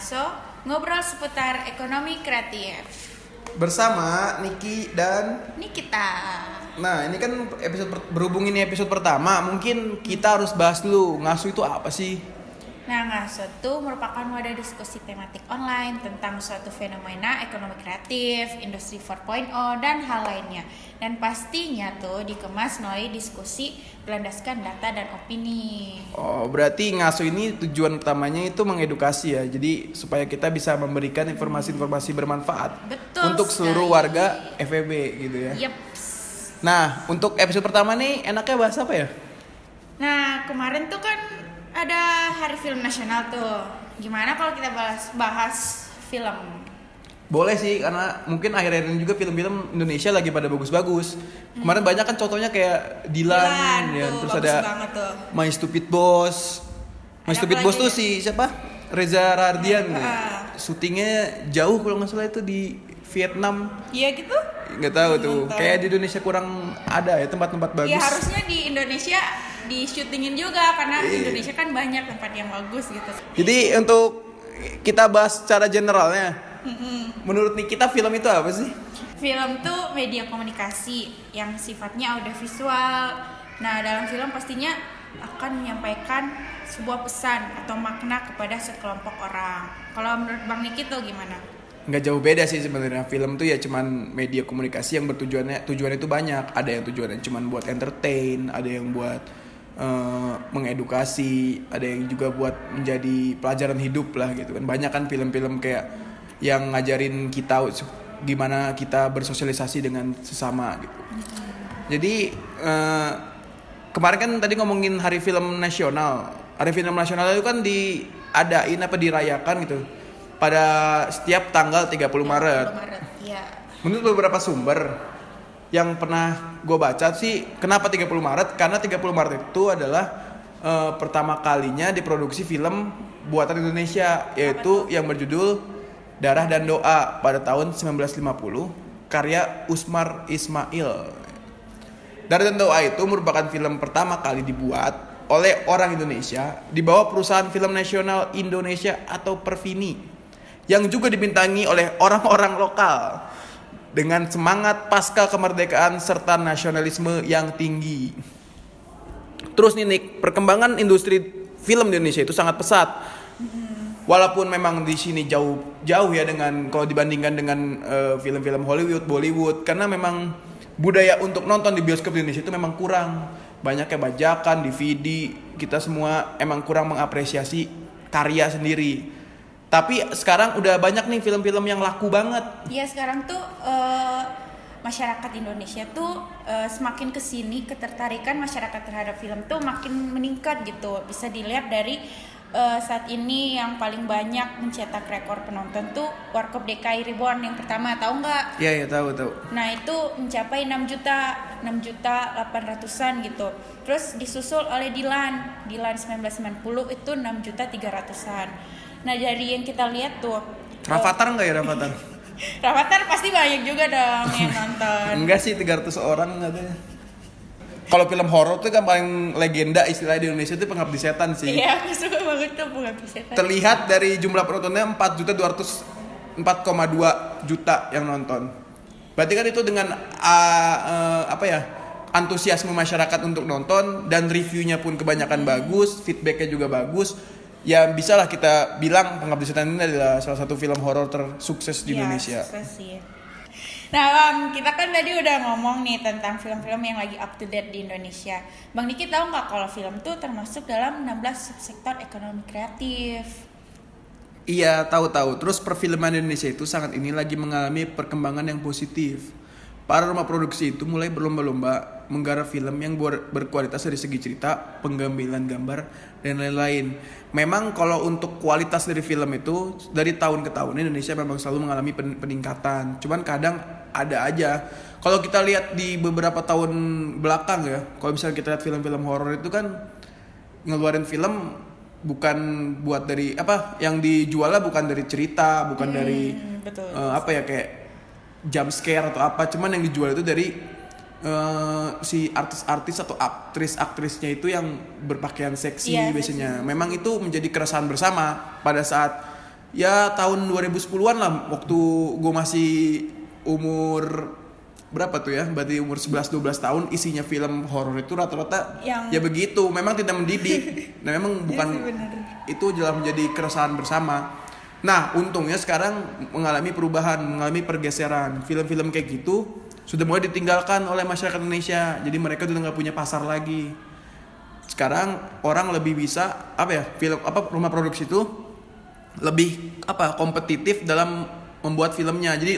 Ngaso, ngobrol seputar ekonomi kreatif. Bersama Niki dan Nikita. Nah, ini kan berhubung ini episode pertama, mungkin kita harus bahas dulu Ngaso itu apa sih? Nah, Ngaso itu merupakan wadah diskusi tematik online tentang suatu fenomena ekonomi kreatif, industri 4.0, dan hal lainnya. Dan pastinya tuh dikemas melalui diskusi berlandaskan data dan opini. Oh, berarti Ngaso ini tujuan utamanya itu mengedukasi ya. Jadi supaya kita bisa memberikan informasi-informasi bermanfaat. Betul untuk seluruh sekali. warga FEB gitu ya. Yep. Nah, untuk episode pertama nih enaknya bahas apa ya? Nah, kemarin tuh kan ada Hari Film Nasional tuh. Gimana kalau kita bahas film? Boleh sih, karena mungkin akhir-akhir ini juga film-film Indonesia lagi pada bagus-bagus. Kemarin banyak kan contohnya kayak Dilan ya, tuh, terus bagus ada banget tuh. My Stupid Boss. My Ada Stupid apa Boss lagi tuh ya? si siapa? Reza Rahardian. Syutingnya jauh kalau nggak salah itu di Vietnam. Iya gitu? Nggak tahu tuh. Nggak tahu. Kayak di Indonesia kurang ada ya tempat-tempat bagus. Ya harusnya di Indonesia di syutingin juga karena Iya. Indonesia kan banyak tempat yang bagus gitu. Jadi untuk kita bahas secara generalnya, menurut Nikita film itu apa sih? Film tuh media komunikasi yang sifatnya audiovisual. Nah, dalam film pastinya akan menyampaikan sebuah pesan atau makna kepada sekelompok orang. Kalau menurut Bang Niki tuh gimana? Nggak jauh beda sih sebenarnya. Film tuh ya cuman media komunikasi yang tujuannya itu banyak. Ada yang tujuannya cuman buat entertain, ada yang buat mengedukasi, ada yang juga buat menjadi pelajaran hidup lah gitu kan. Banyak kan film-film kayak yang ngajarin kita gimana kita bersosialisasi dengan sesama gitu. Jadi kemarin kan tadi ngomongin Hari Film Nasional. Hari Film Nasional itu kan dirayakan gitu pada setiap tanggal 30 Maret. Iya. Menurut beberapa sumber yang pernah gue baca sih, kenapa 30 Maret? Karena 30 Maret itu adalah pertama kalinya diproduksi film buatan Indonesia, yaitu yang berjudul Darah dan Doa pada tahun 1950, karya Usmar Ismail. Darah dan Doa itu merupakan film pertama kali dibuat oleh orang Indonesia di bawah perusahaan film nasional Indonesia atau Perfini, yang juga dibintangi oleh orang-orang lokal dengan semangat pasca kemerdekaan serta nasionalisme yang tinggi. Terus nih Nick, perkembangan industri film di Indonesia itu sangat pesat. Walaupun memang di sini jauh ya dengan kalau dibandingkan dengan film-film Hollywood, Bollywood, karena memang budaya untuk nonton di bioskop di Indonesia itu memang kurang. Banyaknya bajakan, DVD, kita semua emang kurang mengapresiasi karya sendiri. Tapi sekarang udah banyak nih film-film yang laku banget. Iya, sekarang tuh masyarakat Indonesia tuh semakin kesini ketertarikan masyarakat terhadap film tuh makin meningkat gitu. Bisa dilihat dari saat ini yang paling banyak mencetak rekor penonton tuh Warkop DKI Reborn yang pertama, tahu nggak? Iya tahu. Nah itu mencapai 6 juta 800-an gitu. Terus disusul oleh Dilan 1990 itu 6 juta 300-an. Nah dari yang kita lihat tuh Rafathar nggak ya Rafathar? Rafathar pasti banyak juga dong yang nonton. Enggak sih, 300 orang katanya. Kalau film horor tuh kan paling legenda istilah di Indonesia itu Pengabdi Setan sih. Iya, aku suka banget tuh Pengabdi Setan. Terlihat dari jumlah penontonnya 4,2 juta yang nonton. Berarti kan itu dengan antusiasme masyarakat untuk nonton dan reviewnya pun kebanyakan bagus, feedbacknya juga bagus. Ya bisalah kita bilang Pengabdi Setan ini adalah salah satu film horor tersukses di Indonesia. Sukses sih. Nah Bang, kita kan tadi udah ngomong nih tentang film-film yang lagi up to date di Indonesia. Bang Niki tahu nggak kalau film tuh termasuk dalam 16 subsektor ekonomi kreatif? Iya, tahu. Terus perfilman Indonesia itu saat ini lagi mengalami perkembangan yang positif. Para rumah produksi itu mulai berlomba-lomba menggarap film yang berkualitas dari segi cerita, penggambilan gambar, dan lain-lain. Memang kalau untuk kualitas dari film itu dari tahun ke tahun Indonesia memang selalu mengalami peningkatan. Cuman kadang ada aja. Kalau kita lihat di beberapa tahun belakang ya, kalau misalnya kita lihat film-film horor itu kan ngeluarin film bukan buat dari yang dijualnya bukan dari cerita, bukan dari betul. Kayak jump scare atau apa, cuman yang dijual itu dari si artis-artis atau aktris-aktrisnya itu yang berpakaian seksi biasanya. Memang itu menjadi keresahan bersama pada saat ya tahun 2010-an lah, waktu gue masih umur berapa tuh ya, berarti umur 11-12 tahun, isinya film horor itu rata-rata ya begitu, memang tidak mendidik. Nah memang bukan itu jelas menjadi keresahan bersama. Nah untungnya sekarang mengalami perubahan, mengalami pergeseran. Film-film kayak gitu sudah mulai ditinggalkan oleh masyarakat Indonesia, jadi mereka udah nggak punya pasar lagi. Sekarang orang lebih bisa rumah produksi itu lebih kompetitif dalam membuat filmnya. Jadi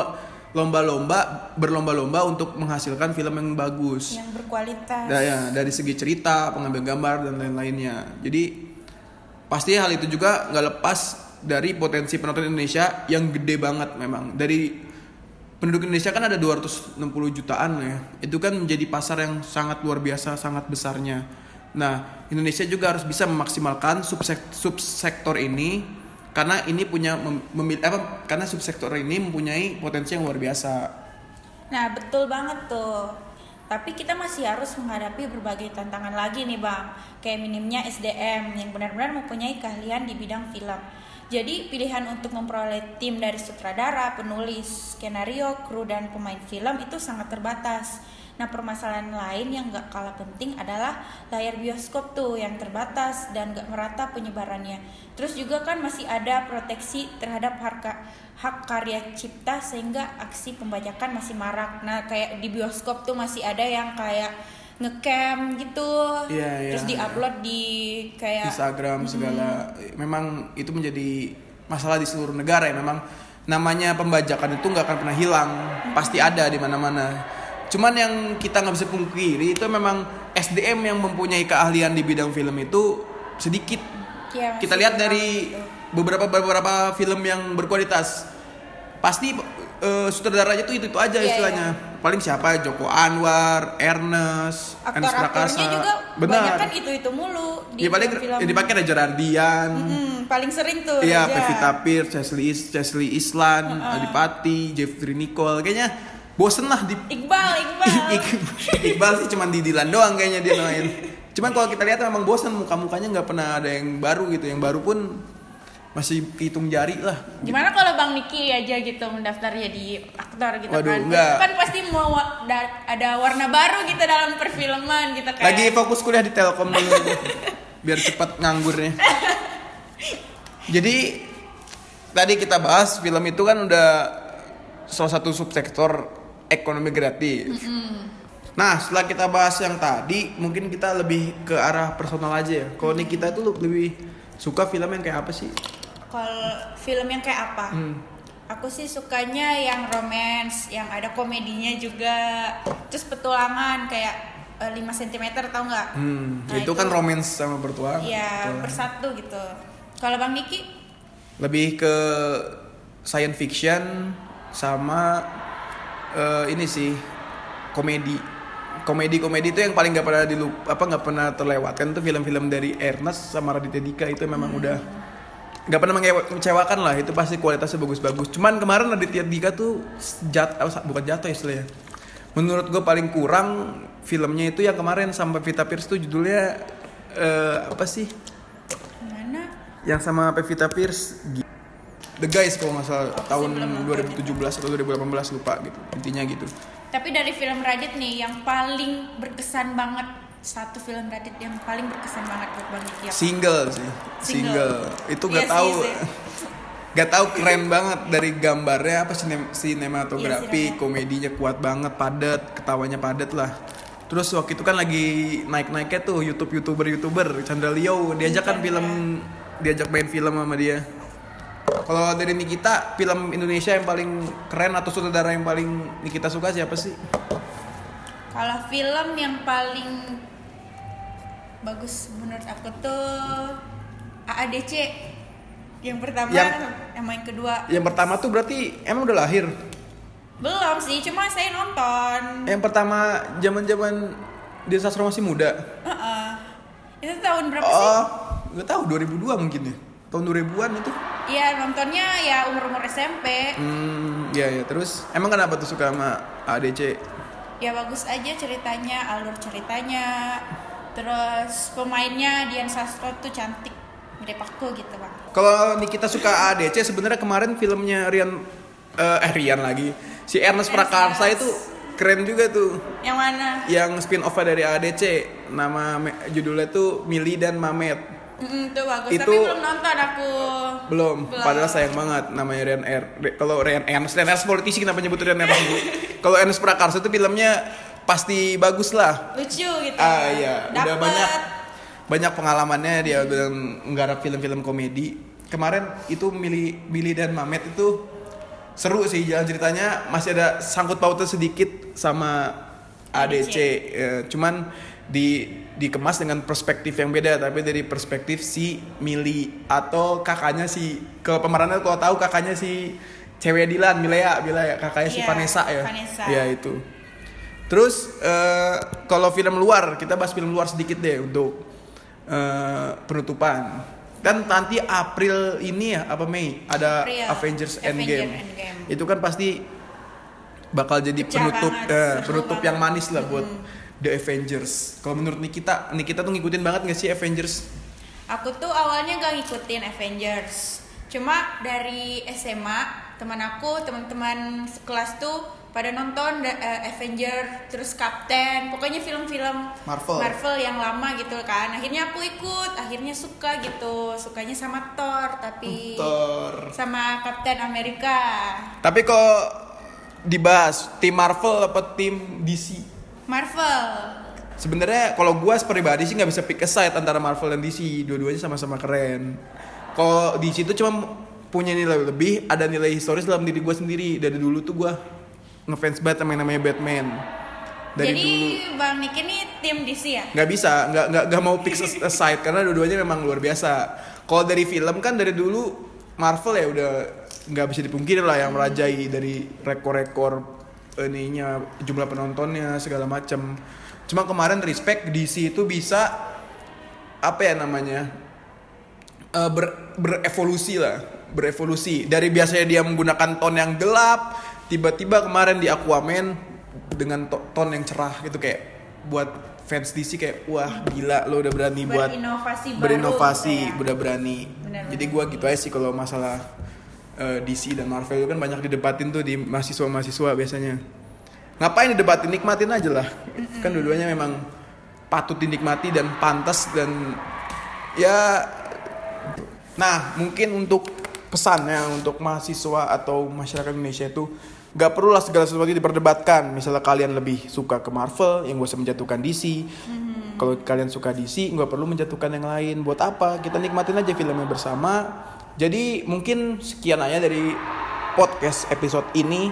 berlomba-lomba untuk menghasilkan film yang bagus, yang berkualitas. Nah, ya, dari segi cerita, pengambil gambar dan lain-lainnya. Jadi pasti hal itu juga nggak lepas dari potensi penonton Indonesia yang gede banget memang. Dari penduduk Indonesia kan ada 260 jutaan ya. Itu kan menjadi pasar yang sangat luar biasa, sangat besarnya. Nah, Indonesia juga harus bisa memaksimalkan subsektor ini karena ini karena subsektor ini mempunyai potensi yang luar biasa. Nah, betul banget tuh. Tapi kita masih harus menghadapi berbagai tantangan lagi nih, Bang. Kayak minimnya SDM yang benar-benar mempunyai keahlian di bidang film. Jadi, pilihan untuk memperoleh tim dari sutradara, penulis, skenario, kru, dan pemain film itu sangat terbatas. Nah, permasalahan lain yang gak kalah penting adalah layar bioskop tuh yang terbatas dan gak merata penyebarannya. Terus juga kan masih ada proteksi terhadap hak karya cipta sehingga aksi pembajakan masih marak. Nah, kayak di bioskop tuh masih ada yang kayak ngecam gitu, terus diupload di kayak Instagram segala. Memang itu menjadi masalah di seluruh negara ya. Memang namanya pembajakan itu gak akan pernah hilang, pasti ada di mana-mana. Cuman yang kita nggak bisa pungkiri itu memang SDM yang mempunyai keahlian di bidang film itu sedikit. Ya, kita lihat dari beberapa film yang berkualitas, pasti sutradaranya itu aja istilahnya. Paling siapa? Joko Anwar, Ernest, aktor-aktornya juga kebanyakan itu mulu. Iya, paling dipakai Reza Radian. Paling sering tuh. Iya, Pevita Pierce, Cheslie Islan, Adipati, Jeffrey Nicole, kayaknya bosen lah di Iqbal sih cuman di Dilan doang kayaknya dia main. Cuman kalau kita lihat memang bosen, muka-mukanya nggak pernah ada yang baru gitu. Yang baru pun masih hitung jari lah. Gimana kalau Bang Niki aja gitu mendaftar jadi aktor gitu? Waduh, kan? Enggak. Kan pasti mau ada warna baru gitu dalam perfilman gitu kan. Lagi fokus kuliah di Telkom dulu biar cepat nganggurnya. Jadi tadi kita bahas film itu kan udah salah satu subsektor ekonomi kreatif. Nah, setelah kita bahas yang tadi, mungkin kita lebih ke arah personal aja ya. Kalau Nikita itu lebih suka film yang kayak apa sih? Kalau film yang kayak apa? Aku sih sukanya yang romance, yang ada komedinya juga. Terus petualangan kayak 5 cm tau nggak? Nah, itu kan romance sama bertualang. Iya, bersatu gitu. Kalau Bang Niki? Lebih ke science fiction sama ini sih komedi itu yang paling nggak pernah terlewatkan tuh film-film dari Ernest sama Raditya Dika. Itu memang udah nggak pernah mengecewakan lah, itu pasti kualitasnya bagus-bagus. Cuman kemarin Raditya Dika tuh bukan jatuh istilahnya, menurut gue paling kurang filmnya itu yang kemarin sama Pevita Pierce tuh judulnya apa sih? Mana? Yang sama Pevita Pierce The Guys kalau nggak salah, tahun 2017 atau 2018 lupa gitu, intinya gitu. Tapi dari film Radit nih yang paling berkesan banget, satu film Radit yang paling berkesan banget buat Bang Niki. Single itu nggak tahu keren banget dari gambarnya, sinematografi, komedinya kuat banget, padat, ketawanya padat lah. Terus waktu itu kan lagi naik-naiknya tuh youtuber Chandra Leo, diajak main film sama dia. Kalau dari Nikita, film Indonesia yang paling keren atau sutradara yang paling Nikita suka siapa sih? Kalau film yang paling bagus menurut aku tuh AADC yang pertama, yang kedua. Yang pertama tuh berarti emang udah lahir? Belum sih, cuma saya nonton. Yang pertama zaman dia Sastro masih muda. Itu tahun berapa sih? Nggak tahu, 2002 mungkin ya. Tahun 2000-an itu. Iya, nontonnya ya umur-umur SMP. Iya, terus emang kenapa tuh suka sama ADC? Ya bagus aja ceritanya, alur ceritanya. Terus pemainnya Dian Sastro tuh cantik, mirip aku gitu Bang. Kalau Nikita suka ADC, sebenarnya kemarin filmnya Rian lagi. Si Ernest Prakarsa itu keren juga tuh. Yang mana? Yang spin off dari ADC. Nama judulnya tuh Mili dan Mamet. Itu bagus. Tapi belum nonton aku. Belum. Padahal sayang banget namanya Rian Kalau Ernest politisi, kenapa nyebut Rian Ernest? Kalau Ernest Prakarsa itu filmnya pasti bagus lah. Lucu gitu. Iya. Udah banyak pengalamannya dia udah nggarap film-film komedi. Kemarin itu Billy dan Mamet itu seru sih jalan ceritanya, masih ada sangkut pautnya sedikit sama ADC. Cuman dikemas dengan perspektif yang beda, tapi dari perspektif si Mili atau kakaknya si pemerannya kalau tahu kakaknya si cewek Dilan, Milea kakaknya si Vanessa ya. Ya itu. Terus kalau film luar, kita bahas film luar sedikit deh untuk penutupan. Dan nanti April ini ya apa Mei ada Avengers Endgame. Itu kan pasti bakal jadi penutup yang manis lah buat The Avengers. Kalau menurut Nikita tuh ngikutin banget nggak sih Avengers? Aku tuh awalnya gak ngikutin Avengers. Cuma dari SMA teman-teman sekelas tuh pada nonton Avenger, terus Captain, pokoknya film-film Marvel yang lama gitu kan. Akhirnya aku ikut, akhirnya suka gitu. Sukanya sama Thor, tapi sama Captain America. Tapi kok dibahas tim Marvel apa tim DC? Marvel. Sebenarnya kalau gue pribadi sih nggak bisa pick a side antara Marvel dan DC. Dua-duanya sama-sama keren. Kalau DC itu cuma punya nilai lebih, ada nilai historis dalam diri gue sendiri. Dari dulu tuh gue ngefans banget sama yang namanya Batman. Dari jadi dulu. Bang Nick ini tim DC ya? Nggak bisa, nggak mau pick a side karena dua-duanya memang luar biasa. Kalau dari film kan dari dulu Marvel ya udah nggak bisa dipungkiri lah yang merajai dari rekor-rekor ininya, jumlah penontonnya segala macam. Cuma kemarin respect DC itu bisa apa ya namanya berevolusi dari biasanya dia menggunakan tone yang gelap, tiba-tiba kemarin di Aquaman dengan tone yang cerah gitu, kayak buat fans DC kayak wah gila lo udah berani berinovasi udah berani. Bener. Jadi gue gitu aja sih kalau masalah DC dan Marvel itu kan banyak didebatin tuh di mahasiswa biasanya. Ngapain didebatin, nikmatin aja lah. Kan dua-duanya memang patut dinikmati dan pantas dan ya. Nah mungkin untuk pesannya untuk mahasiswa atau masyarakat Indonesia itu gak perlulah segala sesuatu diperdebatkan. Misalnya kalian lebih suka ke Marvel, yang gak usah menjatuhkan DC. Kalau kalian suka DC, gak perlu menjatuhkan yang lain. Buat apa? Kita nikmatin aja filmnya bersama. Jadi mungkin sekian aja dari podcast episode ini.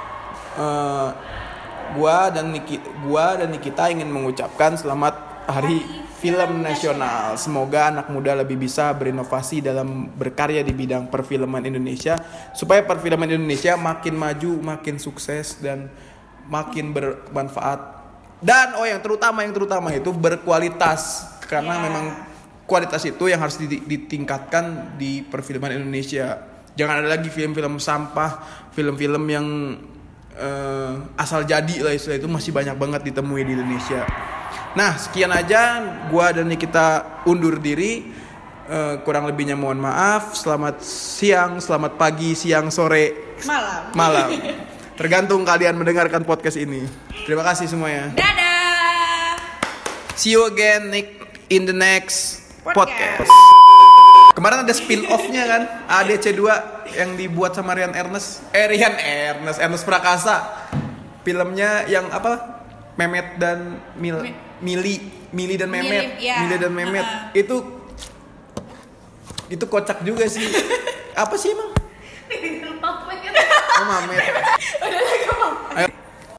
Gua dan Nikita ingin mengucapkan selamat Hari Film Nasional. Semoga anak muda lebih bisa berinovasi dalam berkarya di bidang perfilman Indonesia, supaya perfilman Indonesia makin maju, makin sukses dan makin bermanfaat. Dan yang terutama itu berkualitas, karena memang kualitas itu yang harus ditingkatkan di perfilman Indonesia. Jangan ada lagi film-film sampah, film-film yang asal jadi lah, istilah itu masih banyak banget ditemui di Indonesia. Nah sekian aja, gua dan kita undur diri. Kurang lebihnya mohon maaf. Selamat siang, selamat pagi, siang, sore, malam. Tergantung kalian mendengarkan podcast ini. Terima kasih semuanya. Dadah. See you again in the next podcast. Kemarin ada spin-off-nya kan, ADC 2 yang dibuat sama Ernest Prakasa. Filmnya yang apa? Memet dan Mili dan Memet. Mili dan Memet. Itu kocak juga sih. Apa sih emang? Mamet. Udah lagi Ayo.